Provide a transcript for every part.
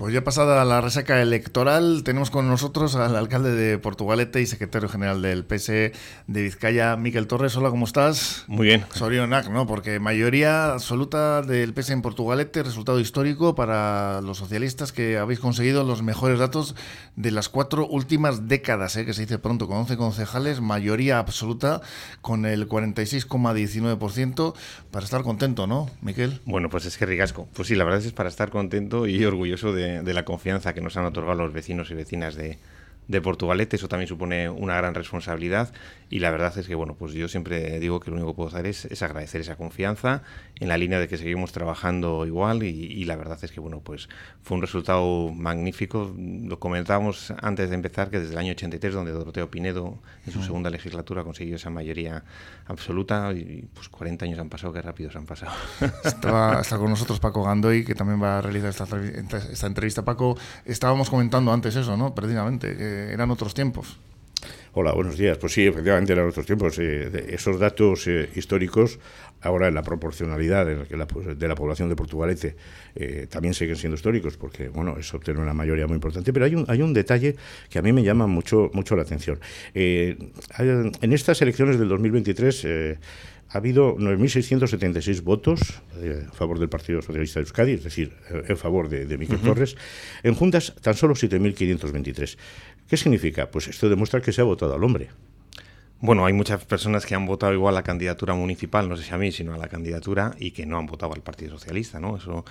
Pues ya pasada la resaca electoral, tenemos con nosotros al alcalde de Portugalete y secretario general del PSE de Vizcaya, Mikel Torres. Hola, ¿cómo estás? Muy bien. Sorionak, ¿no? Porque mayoría absoluta del PSE en Portugalete, resultado histórico para los socialistas, que habéis conseguido los mejores datos de las 4 últimas décadas, que se dice pronto, con 11 concejales, mayoría absoluta con el 46,19%, para estar contento, ¿no, Mikel? Bueno, pues es que ricasco. Pues sí, la verdad es para estar contento y orgulloso de la confianza que nos han otorgado los vecinos y vecinas de Portugalete. Eso también supone una gran responsabilidad y la verdad es que, bueno, pues yo siempre digo que lo único que puedo hacer es agradecer esa confianza en la línea de que seguimos trabajando igual y la verdad es que, bueno, pues fue un resultado magnífico. Lo comentábamos antes de empezar que desde el año 83, donde Doroteo Pinedo en su segunda legislatura consiguió esa mayoría absoluta y pues 40 años han pasado, qué rápidos han pasado. Está con nosotros Paco Gandoy, que también va a realizar esta entrevista. Paco, estábamos comentando antes eso, ¿no? Precisamente, que eran otros tiempos. Hola, buenos días. Pues sí, efectivamente eran otros tiempos. Esos datos históricos, ahora en la proporcionalidad de la población de Portugalete, también siguen siendo históricos, porque bueno, es obtener una mayoría muy importante. Pero hay un detalle que a mí me llama mucho la atención. En estas elecciones del 2023... ha habido 9.676 votos a favor del Partido Socialista de Euskadi, es decir, en favor de Mikel Torres. En juntas, tan solo 7.523. ¿Qué significa? Pues esto demuestra que se ha votado al hombre. Bueno, hay muchas personas que han votado igual a la candidatura municipal, no sé si a mí, sino a la candidatura, y que no han votado al Partido Socialista, ¿no? Eso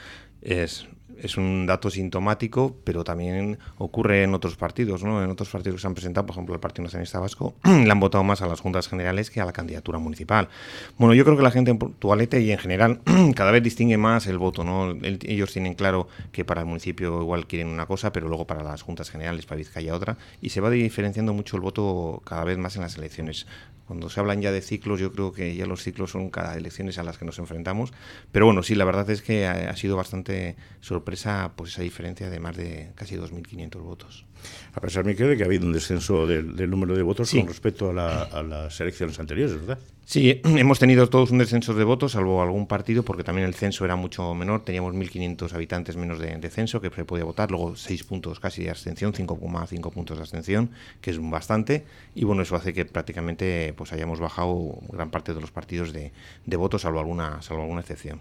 es un dato sintomático, pero también ocurre en otros partidos, ¿no? En otros partidos que se han presentado, por ejemplo, el Partido Nacionalista Vasco, le han votado más a las juntas generales que a la candidatura municipal. Bueno, yo creo que la gente en Portugalete y en general cada vez distingue más el voto, ¿no? Ellos tienen claro que para el municipio igual quieren una cosa, pero luego para las juntas generales, para Vizcaya otra, y se va diferenciando mucho el voto cada vez más en las elecciones. Cuando se hablan ya de ciclos, yo creo que ya los ciclos son cada elecciones a las que nos enfrentamos. Pero bueno, sí, la verdad es que ha sido bastante sorpresa pues esa diferencia de más de casi 2.500 votos. A pesar, Mikel, de que ha habido un descenso del número de votos, sí, con respecto a las elecciones anteriores, ¿verdad? Sí, hemos tenido todos un descenso de votos, salvo algún partido, porque también el censo era mucho menor. Teníamos 1.500 habitantes menos de censo que se podía votar, luego 6 puntos casi de abstención, 5,5 puntos de abstención, que es bastante, y bueno, eso hace que prácticamente pues hayamos bajado gran parte de los partidos de votos, salvo alguna excepción.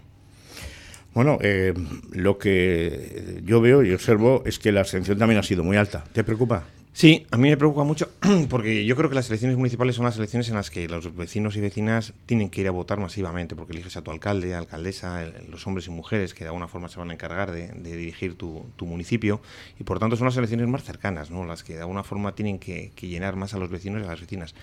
Bueno, lo que yo veo y observo es que la abstención también ha sido muy alta. ¿Te preocupa? Sí, a mí me preocupa mucho porque yo creo que las elecciones municipales son las elecciones en las que los vecinos y vecinas tienen que ir a votar masivamente porque eliges a tu alcalde, alcaldesa, los hombres y mujeres que de alguna forma se van a encargar de dirigir tu municipio y por tanto son las elecciones más cercanas, ¿no? Las que de alguna forma tienen que llenar más a los vecinos y a las vecinas.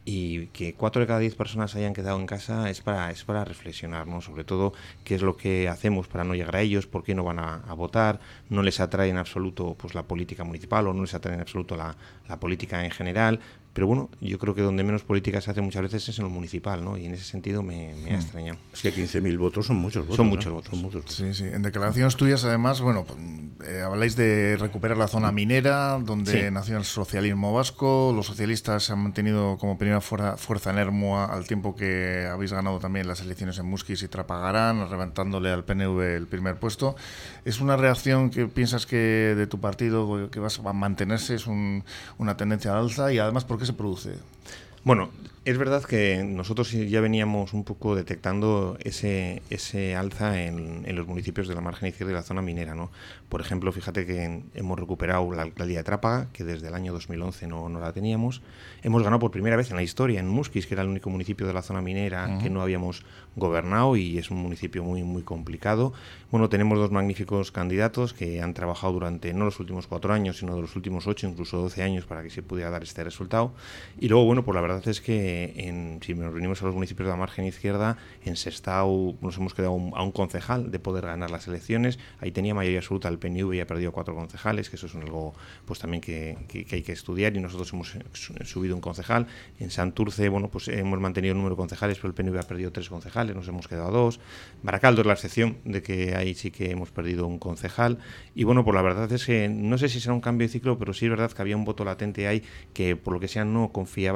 Y que 4 de cada 10 personas hayan quedado en casa es para reflexionar, ¿no? Sobre todo qué es lo que hacemos para no llegar a ellos, por qué no van a votar, no les atrae en absoluto pues la política municipal o no les atrae en absoluto la política en general. Pero bueno, yo creo que donde menos política se hace muchas veces es en lo municipal, ¿no? Y en ese sentido me ha extrañado. Es que 15.000 votos son muchos votos. Son muchos votos. Son muchos. Sí, sí. En declaraciones tuyas, además, bueno, habláis de recuperar la zona minera, donde sí, nació el socialismo vasco. Los socialistas se han mantenido como primera fuerza en Ermua, al tiempo que habéis ganado también las elecciones en Muskiz y Trapagarán, reventándole al PNV el primer puesto. ¿Es una reacción que piensas que de tu partido que vas a mantenerse? ¿Es una tendencia al alza? Y además, ¿por qué se produce? Bueno, es verdad que nosotros ya veníamos un poco detectando ese alza en los municipios de la margen izquierda y la zona minera, ¿no? Por ejemplo, fíjate que hemos recuperado la alcaldía de Trápaga, que desde el año 2011 no la teníamos. Hemos ganado por primera vez en la historia en Muskiz, que era el único municipio de la zona minera que no habíamos gobernado y es un municipio muy, muy complicado. Bueno, tenemos 2 magníficos candidatos que han trabajado durante no los últimos 4 años, sino de los últimos 8, incluso 12 años para que se pudiera dar este resultado. Y luego, bueno, pues la verdad es que si nos reunimos a los municipios de la margen izquierda, en Sestao nos hemos quedado a un concejal de poder ganar las elecciones. Ahí tenía mayoría absoluta el PNV y ha perdido 4 concejales, que eso es algo pues también que hay que estudiar y nosotros hemos subido un concejal. En Santurce, bueno, pues hemos mantenido el número de concejales, pero el PNV ha perdido 3 concejales, nos hemos quedado a 2. Baracaldo es la excepción de que ahí sí que hemos perdido un concejal. Y bueno, pues la verdad es que no sé si será un cambio de ciclo, pero sí es verdad que había un voto latente ahí que por lo que sea no confiaba y no metía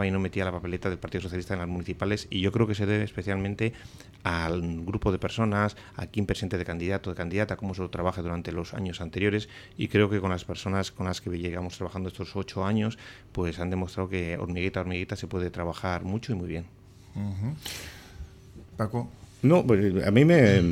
la papeleta del Partido Socialista en las municipales, y yo creo que se debe especialmente al grupo de personas, a quién presente de candidato o de candidata, cómo se trabaja durante los años anteriores, y creo que con las personas con las que llegamos trabajando estos 8 años, pues han demostrado que hormiguita a hormiguita se puede trabajar mucho y muy bien. Paco. No, pues a mí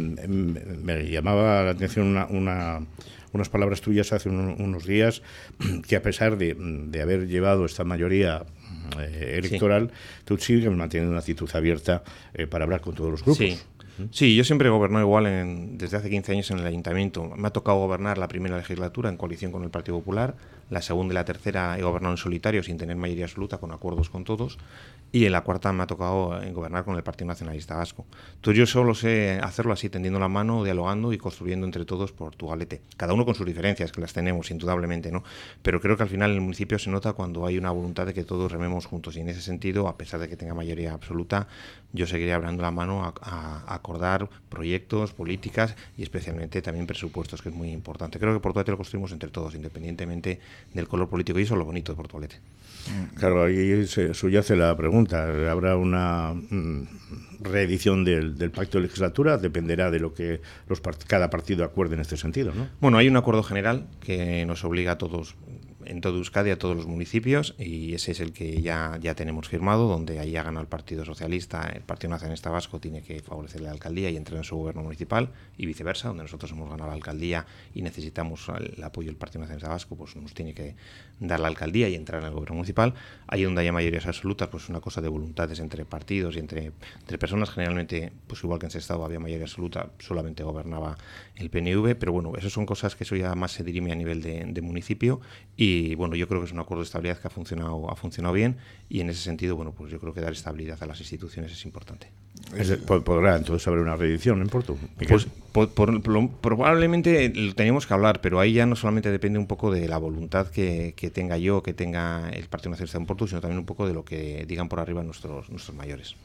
me llamaba la atención unas palabras tuyas hace unos días, que a pesar de haber llevado esta mayoría electoral, tú sigues manteniendo una actitud abierta para hablar con todos los grupos. Sí. Sí, yo siempre he gobernado igual desde hace 15 años en el Ayuntamiento. Me ha tocado gobernar la primera legislatura en coalición con el Partido Popular, la segunda y la tercera he gobernado en solitario sin tener mayoría absoluta, con acuerdos con todos, y en la cuarta me ha tocado gobernar con el Partido Nacionalista Vasco. Entonces yo solo sé hacerlo así, tendiendo la mano, dialogando y construyendo entre todos Portugalete. Cada uno con sus diferencias, que las tenemos indudablemente, ¿no? Pero creo que al final en el municipio se nota cuando hay una voluntad de que todos rememos juntos, y en ese sentido, a pesar de que tenga mayoría absoluta, yo seguiré abriendo la mano a acordar proyectos, políticas y especialmente también presupuestos, que es muy importante. Creo que Portugalete lo construimos entre todos, independientemente del color político, y eso es lo bonito de Portugalete. Claro, ahí subyace la pregunta. ¿Habrá una reedición del pacto de legislatura? Dependerá de lo que cada partido acuerde en este sentido, ¿no? Bueno, hay un acuerdo general que nos obliga a todos, en todo Euskadi, a todos los municipios, y ese es el que ya tenemos firmado, donde ahí ha ganado el Partido Socialista. El Partido Nacionalista Vasco tiene que favorecer la alcaldía y entrar en su gobierno municipal, y viceversa, donde nosotros hemos ganado la alcaldía y necesitamos el apoyo del Partido Nacionalista Vasco, pues nos tiene que dar la alcaldía y entrar en el gobierno municipal. Ahí donde haya mayorías absolutas, pues es una cosa de voluntades entre partidos y entre personas. Generalmente, pues igual que en Sestao había mayoría absoluta, solamente gobernaba el PNV, pero bueno, eso son cosas que eso ya más se dirime a nivel de municipio, y bueno, yo creo que es un acuerdo de estabilidad que ha funcionado bien, y en ese sentido, bueno, pues yo creo que dar estabilidad a las instituciones es importante. ¿Podrá entonces haber una reedición en Porto? Pues probablemente tenemos que hablar, pero ahí ya no solamente depende un poco de la voluntad que tenga yo, que tenga el Partido Nacionalista en Porto, sino también un poco de lo que digan por arriba nuestros mayores.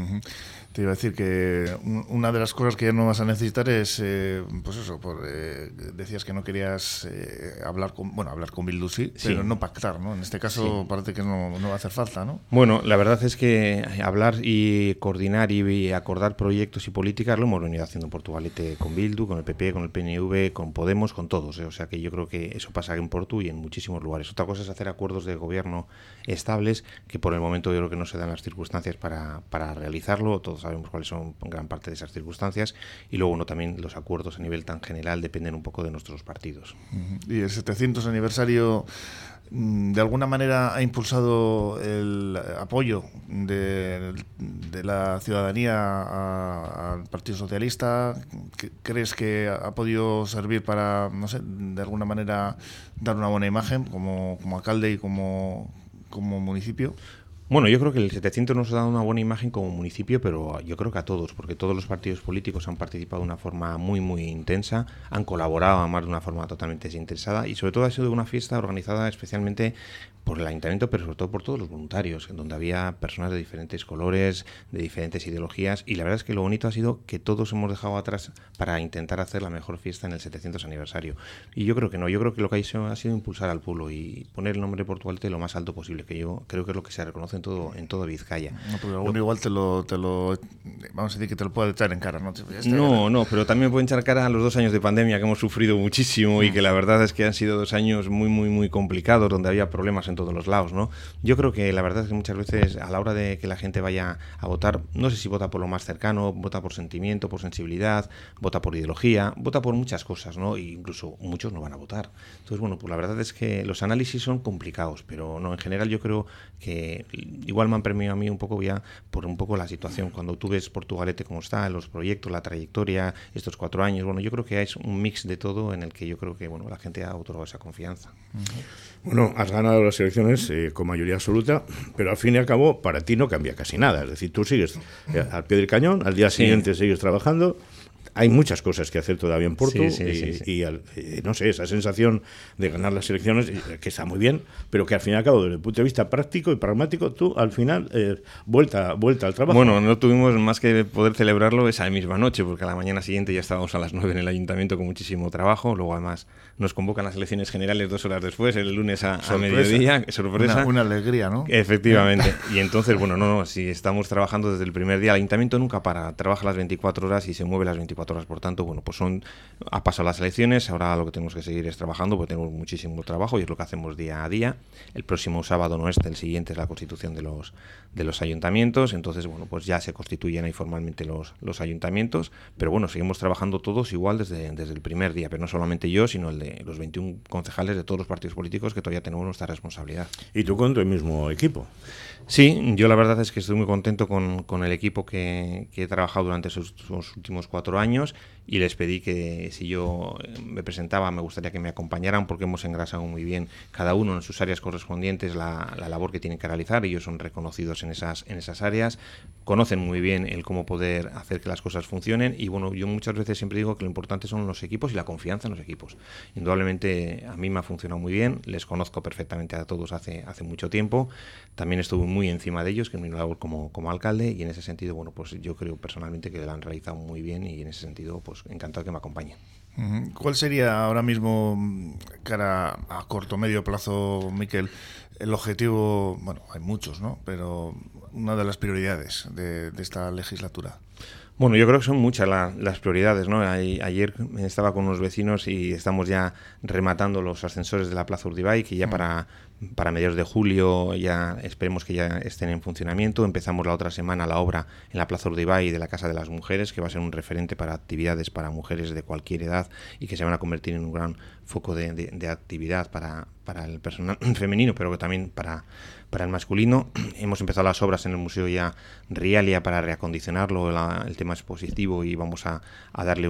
Te iba a decir que una de las cosas que ya no vas a necesitar es, pues eso, decías que no querías hablar con Bildu, sí, pero no pactar, ¿no? En este caso parece que no va a hacer falta, ¿no? Bueno, la verdad es que hablar y coordinar y acordar proyectos y políticas lo hemos venido haciendo en Portugalete con Bildu, con el PP, con el PNV, con Podemos, con todos, O sea que yo creo que eso pasa en Portu y en muchísimos lugares. Otra cosa es hacer acuerdos de gobierno estables, que por el momento yo creo que no se dan las circunstancias para realizarlo. Todos sabemos cuáles son gran parte de esas circunstancias, y luego también los acuerdos a nivel tan general dependen un poco de nuestros partidos. Y el 700 aniversario de alguna manera ha impulsado el apoyo de la ciudadanía al Partido Socialista. ¿Crees que ha podido servir para, no sé, de alguna manera dar una buena imagen como alcalde y como municipio? Bueno, yo creo que el 700 nos ha dado una buena imagen como municipio, pero yo creo que a todos, porque todos los partidos políticos han participado de una forma muy, muy intensa, han colaborado además de una forma totalmente desinteresada, y sobre todo ha sido una fiesta organizada especialmente por el Ayuntamiento, pero sobre todo por todos los voluntarios, en donde había personas de diferentes colores, de diferentes ideologías, y la verdad es que lo bonito ha sido que todos hemos dejado atrás para intentar hacer la mejor fiesta en el 700 aniversario. Y yo creo que no, yo creo que lo que ha sido impulsar al pueblo y poner el nombre de Portugalete lo más alto posible, que yo creo que es lo que se reconoce en todo Vizcaya. No, porque alguno igual te lo vamos a decir que te lo puede echar en cara, ¿no? No, pero también me pueden echar cara a los 2 años de pandemia que hemos sufrido muchísimo, y que la verdad es que han sido 2 años muy, muy, muy complicados, donde había problemas en todos los lados, ¿no? Yo creo que la verdad es que muchas veces a la hora de que la gente vaya a votar, no sé si vota por lo más cercano, vota por sentimiento, por sensibilidad, vota por ideología, vota por muchas cosas, ¿no? E incluso muchos no van a votar. Entonces, bueno, pues la verdad es que los análisis son complicados, pero no, en general yo creo que igual me han premiado a mí un poco ya por un poco la situación. Cuando tú ves Portugalete como está, los proyectos, la trayectoria, estos 4 años, bueno, yo creo que es un mix de todo en el que yo creo que, bueno, la gente ha otorgado esa confianza. Bueno, has ganado las elecciones con mayoría absoluta, pero al fin y al cabo para ti no cambia casi nada. Es decir, tú sigues al pie del cañón, al día siguiente sigues trabajando hay muchas cosas que hacer todavía en Porto sí. y no sé, esa sensación de ganar las elecciones, que está muy bien, pero que al fin y al cabo, desde el punto de vista práctico y pragmático, tú al final vuelta al trabajo. Bueno, no tuvimos más que poder celebrarlo esa misma noche, porque a la mañana siguiente ya estábamos a las 9 en el ayuntamiento con muchísimo trabajo. Luego además nos convocan las elecciones generales 2 horas después, el lunes a mediodía. Sorpresa. Una alegría, ¿no? Efectivamente. Y entonces, bueno, si estamos trabajando desde el primer día, el ayuntamiento nunca para, trabaja las 24 horas y se mueve las 24 horas. Por tanto, bueno, pues ha pasado las elecciones, ahora lo que tenemos que seguir es trabajando, porque tenemos muchísimo trabajo y es lo que hacemos día a día. El próximo sábado, no el siguiente, es la constitución de los ayuntamientos. Entonces, bueno, pues ya se constituyen ahí formalmente los ayuntamientos, pero bueno, seguimos trabajando todos igual desde el primer día, pero no solamente yo, sino el de los 21 concejales de todos los partidos políticos que todavía tenemos nuestra responsabilidad. ¿Y tú con tu mismo equipo? Sí, yo la verdad es que estoy muy contento con el equipo que he trabajado durante esos últimos 4 años, y les pedí que si yo me presentaba me gustaría que me acompañaran, porque hemos engrasado muy bien cada uno en sus áreas correspondientes la labor que tienen que realizar. Ellos son reconocidos en esas áreas, conocen muy bien el cómo poder hacer que las cosas funcionen, y bueno, yo muchas veces siempre digo que lo importante son los equipos y la confianza en los equipos. Indudablemente a mí me ha funcionado muy bien, les conozco perfectamente a todos hace mucho tiempo, también estuve muy encima de ellos, que es mi labor como alcalde, y en ese sentido, bueno, pues yo creo personalmente que lo han realizado muy bien, y en ese sentido, pues encantado que me acompañen. ¿Cuál sería ahora mismo, cara a corto medio plazo, Miquel, el objetivo? Bueno, hay muchos, ¿no? Pero una de las prioridades de esta legislatura. Bueno, yo creo que son muchas las prioridades, ¿no? Ayer estaba con unos vecinos y estamos ya rematando los ascensores de la Plaza Urdibay, que ya para mediados de julio ya esperemos que ya estén en funcionamiento. Empezamos la otra semana la obra en la Plaza Urdibay de la Casa de las Mujeres, que va a ser un referente para actividades para mujeres de cualquier edad y que se van a convertir en un gran foco de actividad para el personal femenino, pero que también para el masculino. Hemos empezado las obras en el Museo ya Rialia para reacondicionarlo, el tema expositivo, y vamos a darle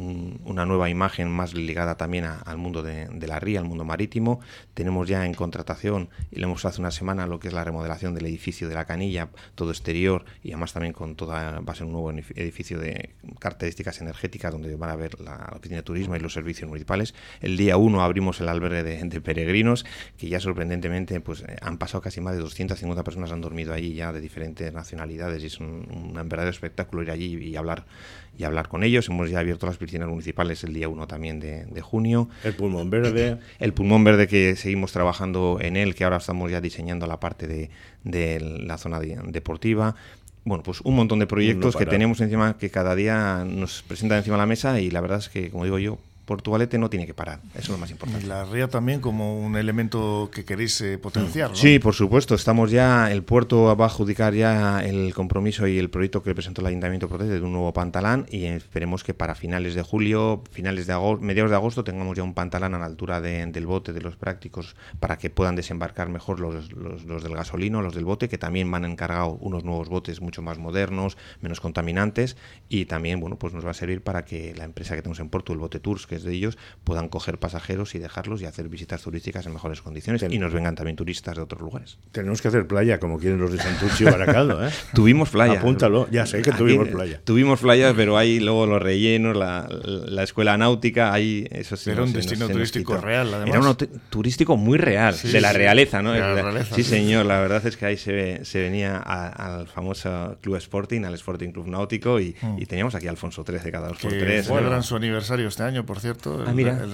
una nueva imagen más ligada también al mundo de la ría, al mundo marítimo. Tenemos ya en contratación, y lo hemos hecho hace una semana, lo que es la remodelación del edificio de la Canilla, todo exterior, y además también va a ser un nuevo edificio de características energéticas, donde van a ver la oficina de turismo y los servicios municipales. El día 1 abrimos el albergue de peregrinos, que ya sorprendentemente pues han pasado casi más de 250 personas, han dormido allí ya de diferentes nacionalidades, y es un verdadero espectáculo ir allí y hablar con ellos. Hemos ya abierto las piscinas municipales el día 1 también de junio. El pulmón verde. El pulmón verde, que seguimos trabajando en él, que ahora estamos ya diseñando la parte de la zona deportiva. Bueno, pues un montón de proyectos que tenemos encima, que cada día nos presentan encima de la mesa, y la verdad es que, como digo yo, Portugalete no tiene que parar, eso es lo más importante. Y la ría también como un elemento que queréis potenciar, ¿no? Sí, por supuesto, el puerto va a adjudicar ya el compromiso y el proyecto que presentó el Ayuntamiento de un nuevo pantalán, y esperemos que para finales de julio, mediados de agosto, tengamos ya un pantalán a la altura del bote, de los prácticos, para que puedan desembarcar mejor los del gasolino, los del bote, que también van encargado unos nuevos botes mucho más modernos, menos contaminantes, y también, bueno, pues nos va a servir para que la empresa que tenemos en Porto, el Bote Tours, que es de ellos, puedan coger pasajeros y dejarlos y hacer visitas turísticas en mejores condiciones, y nos vengan también turistas de otros lugares. Tenemos que hacer playa, como quieren los de Santurce y Baracaldo, ¿eh? Tuvimos playa. Apúntalo, ya sé que tuvimos playa. Tuvimos playa, pero hay luego los rellenos, la escuela náutica, hay eso. Era un destino turístico real, además. Era un turístico muy real, de la realeza, ¿no? De la realeza, sí, señor, la verdad es que ahí se venía al famoso Club Sporting, al Sporting Club Náutico, y teníamos aquí a Alfonso XIII cada 2x3. Celebran su aniversario este año, por cierto. Mira,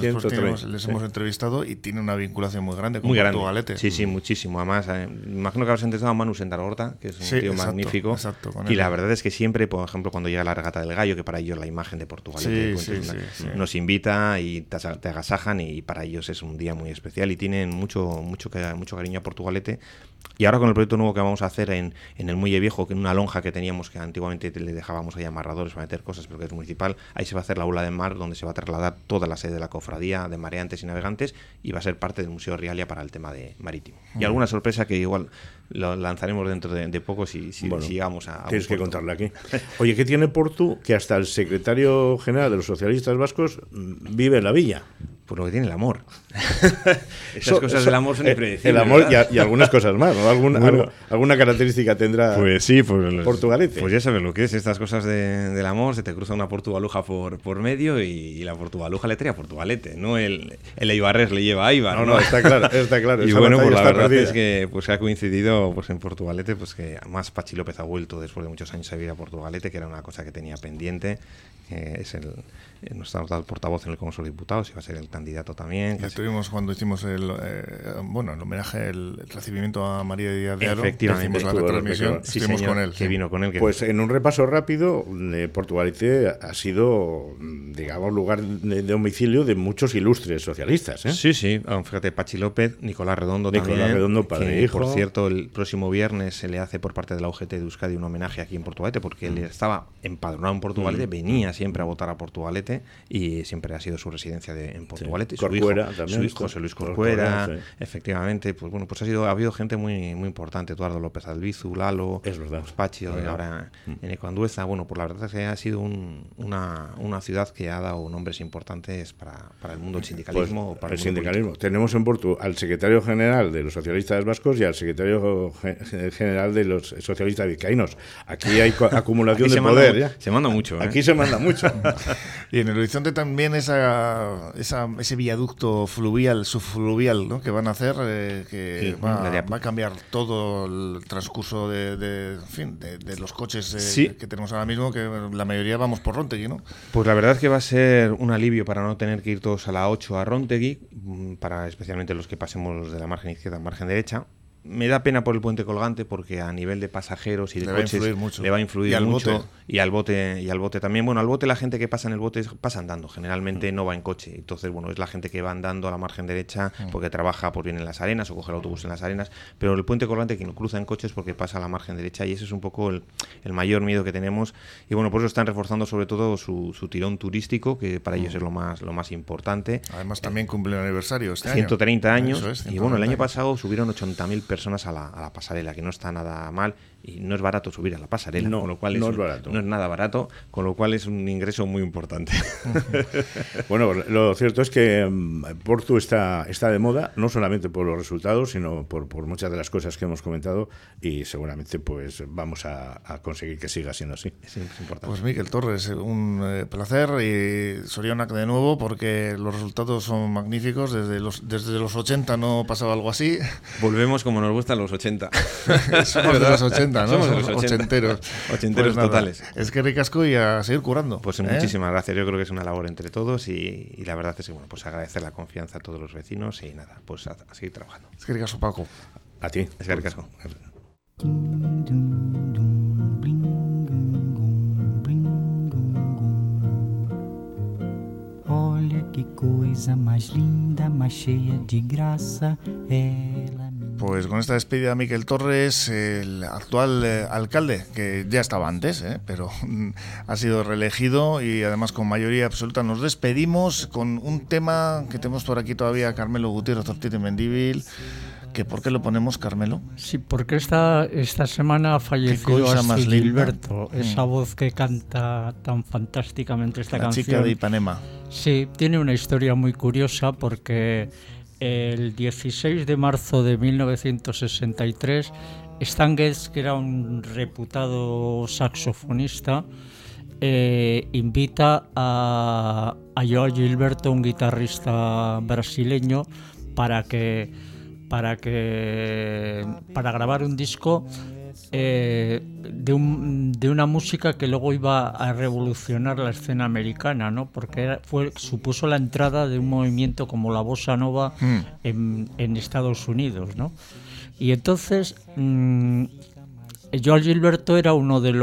les hemos entrevistado, y tiene una vinculación muy grande con Portugalete. Sí, muchísimo. Además, imagino que habrás entrevistado a Manu Sendargorta, que es un tío magnífico. Exacto, y la verdad es que siempre, por ejemplo, cuando llega la regata del gallo, que para ellos la imagen de Portugalete, nos invita y te agasajan, y para ellos es un día muy especial, y tienen mucho cariño a Portugalete. Y ahora con el proyecto nuevo que vamos a hacer en el Muelle Viejo, que en una lonja que teníamos, que antiguamente le dejábamos ahí amarradores para meter cosas, pero que es municipal, ahí se va a hacer la aula de mar, donde se va a trasladar toda la sede de la cofradía de mareantes y navegantes, y va a ser parte del Museo Rialia para el tema de marítimo. Y alguna sorpresa que igual lo lanzaremos dentro de poco si llegamos a tienes que contarle aquí. Oye, ¿qué tiene Porto que hasta el secretario general de los socialistas vascos vive en la villa? Pues lo que tiene el amor. Esas cosas del amor son impredecibles. El amor y algunas cosas más, ¿no? Alguna característica tendrá pues sí, pues, Portugalete. Pues ya sabes lo que es, estas cosas del amor, se te cruza una portugaluja por medio y la portugaluja le trae a Portugalete, no el Eibarres le lleva a Eibar. No, está claro. Y bueno, pues la verdad es que pues ha coincidido pues en Portugalete, pues que además Pachi López ha vuelto después de muchos años a vivir a Portugalete, que era una cosa que tenía pendiente. Es nuestro portavoz en el Congreso de Diputados, iba a ser el candidato también. Ya tuvimos cuando hicimos el homenaje, el recibimiento a María Díaz de Haro. Efectivamente. Hicimos la retransmisión, Sí, estuvimos señor, con él. que vino con él. Pues en un repaso rápido, Portugalete ha sido, digamos, lugar de domicilio de muchos ilustres socialistas. Sí. Fíjate, Pachi López, Nicolás Redondo también. Padre que, hijo. por cierto, el próximo viernes se le hace por parte de la UGT de Euskadi un homenaje aquí en Portugalete, porque él estaba empadronado en Portugalete, venía siempre a votar a Portugalete y siempre ha sido su residencia en Portugalete. Sí. Corcuera también. Su hijo José Luis Corcuera, efectivamente. Pues bueno, pues ha habido gente muy, muy importante. Eduardo López Albizu, Lalo, es verdad. Pues Pachi, ahora en Ecuandueza. Bueno, pues la verdad es que ha sido una ciudad que ha dado nombres importantes para el mundo del sindicalismo. Pues, para el sindicalismo. Político. Tenemos en Porto al secretario general de los socialistas vascos y al secretario general de los socialistas vizcaínos. Aquí hay acumulación de poder. Se manda mucho. Aquí se manda mucho. Y en el horizonte también ese viaducto subfluvial, ¿no? Que van a hacer, que va a cambiar todo el transcurso de los coches que tenemos ahora mismo, que la mayoría vamos por Róntegui, ¿no? Pues la verdad es que va a ser un alivio para no tener que ir todos a la 8 a Róntegui, para especialmente los que pasemos de la margen izquierda a margen derecha. Me da pena por el puente colgante porque a nivel de pasajeros y de coches le va a influir mucho. Y al bote también. Bueno, al bote la gente que pasa en el bote pasa andando, generalmente no va en coche. Entonces, bueno, es la gente que va andando a la margen derecha porque trabaja por bien en Las Arenas o coge el autobús en Las Arenas. Pero el puente colgante quien lo cruza en coches porque pasa a la margen derecha y ese es un poco el mayor miedo que tenemos. Y bueno, por eso están reforzando sobre todo su tirón turístico, que para ellos es lo más importante. Además también cumple el aniversario este 130 año. años. 130 y bueno, el año pasado subieron 80.000 personas a la pasarela, que no está nada mal y no es barato subir a la pasarela, con lo cual no es nada barato, con lo cual es un ingreso muy importante. Bueno, lo cierto es que Porto está de moda, no solamente por los resultados, sino por muchas de las cosas que hemos comentado y seguramente pues vamos a conseguir que siga siendo así. Sí, es importante. Pues Miquel Torres, un placer y Sorionak de nuevo porque los resultados son magníficos, desde los 80 no pasaba algo así. Volvemos como nos gustan los 80. Somos de los 80, ¿no? Somos de los 80. Ochenteros. Ochenteros pues totales. Es que ricasco y a seguir curando. Pues muchísimas gracias. Yo creo que es una labor entre todos y la verdad es que bueno, pues agradecer la confianza a todos los vecinos y nada, pues a seguir trabajando. Es que ricasco, Paco. A ti. Es que ricasco. Olha que coisa más linda, más cheia de graça, ela. Pues con esta despedida de Miquel Torres, el actual alcalde, que ya estaba antes, pero ha sido reelegido y además con mayoría absoluta, nos despedimos con un tema que tenemos por aquí todavía, Carmelo Gutiérrez Ortiz Mendívil. ¿Que ¿Por qué lo ponemos, Carmelo? Sí, porque esta semana ha fallecido Astrid Gilberto, esa voz que canta tan fantásticamente esta canción. La chica de Ipanema. Sí, tiene una historia muy curiosa porque el 16 de marzo de 1963, Stan Getz, que era un reputado saxofonista, invita a João Gilberto, un guitarrista brasileño, para grabar un disco de una música que luego iba a revolucionar la escena americana, ¿no? Porque supuso la entrada de un movimiento como la bossa nova en Estados Unidos, ¿no? Y entonces João Gilberto era uno de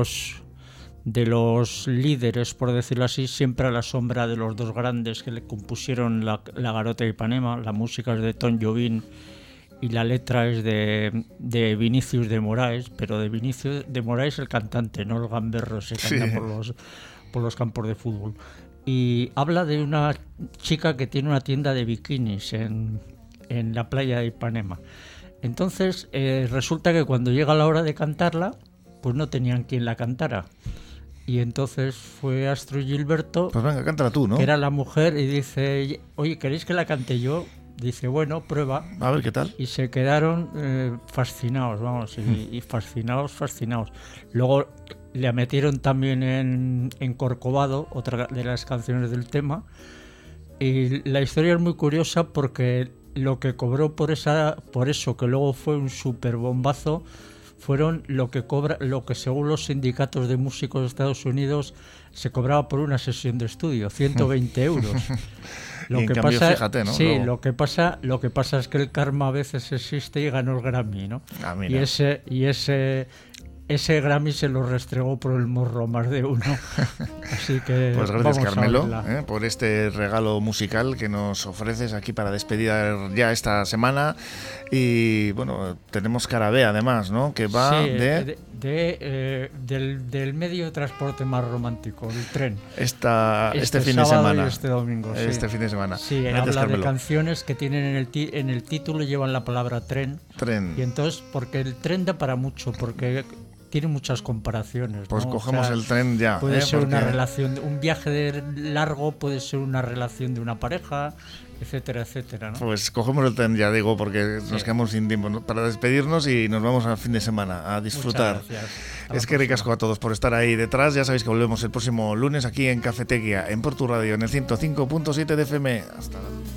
los líderes, por decirlo así, siempre a la sombra de los dos grandes que le compusieron la Garota de Ipanema. La música es de Tom Jobim y la letra es de Vinícius de Moraes, pero de Vinícius de Moraes el cantante, no el gamberro ese que anda por los campos de fútbol. Y habla de una chica que tiene una tienda de bikinis en la playa de Ipanema. Entonces resulta que cuando llega la hora de cantarla, pues no tenían quien la cantara. y entonces fue Astrid Gilberto, Pues venga, cántala tú, ¿no? que era la mujer, y dice, oye, ¿queréis que la cante yo? Dice, bueno, prueba. A ver qué tal. Y se quedaron fascinados, vamos, y fascinados. Luego le metieron también en Corcovado, otra de las canciones del tema, y la historia es muy curiosa porque lo que cobró por eso, que luego fue un super bombazo, fueron lo que según los sindicatos de músicos de Estados Unidos se cobraba por una sesión de estudio, 120 euros. Lo y que en cambio, pasa, fíjate, ¿no? Sí, Luego... lo que pasa es que el karma a veces existe y ganó el Grammy, ¿no? Ah, mira. Y ese Grammy se lo restregó por el morro más de uno. Así que pues gracias, Carmelo, a por este regalo musical que nos ofreces aquí para despedir ya esta semana. Y bueno, tenemos cara B además, ¿no? Que va del medio de transporte más romántico, el tren. Este fin de semana. Y este domingo. Este fin de semana. Sí, gracias, habla Carmelo. de canciones que tienen en el título llevan la palabra tren. Tren. Y entonces, porque el tren da para mucho, porque tiene muchas comparaciones. Pues ¿no? cogemos el tren ya. Puede ser porque... una relación, un viaje largo puede ser una relación de una pareja, etcétera, etcétera, ¿no? Pues cogemos el tren ya, digo, porque nos quedamos sin tiempo, ¿no? Para despedirnos y nos vamos al fin de semana a disfrutar. Muchas gracias. Es que ricasco a todos por estar ahí detrás. Ya sabéis que volvemos el próximo lunes aquí en Cafetequia, en Portu Radio, en el 105.7 de FM. Hasta luego.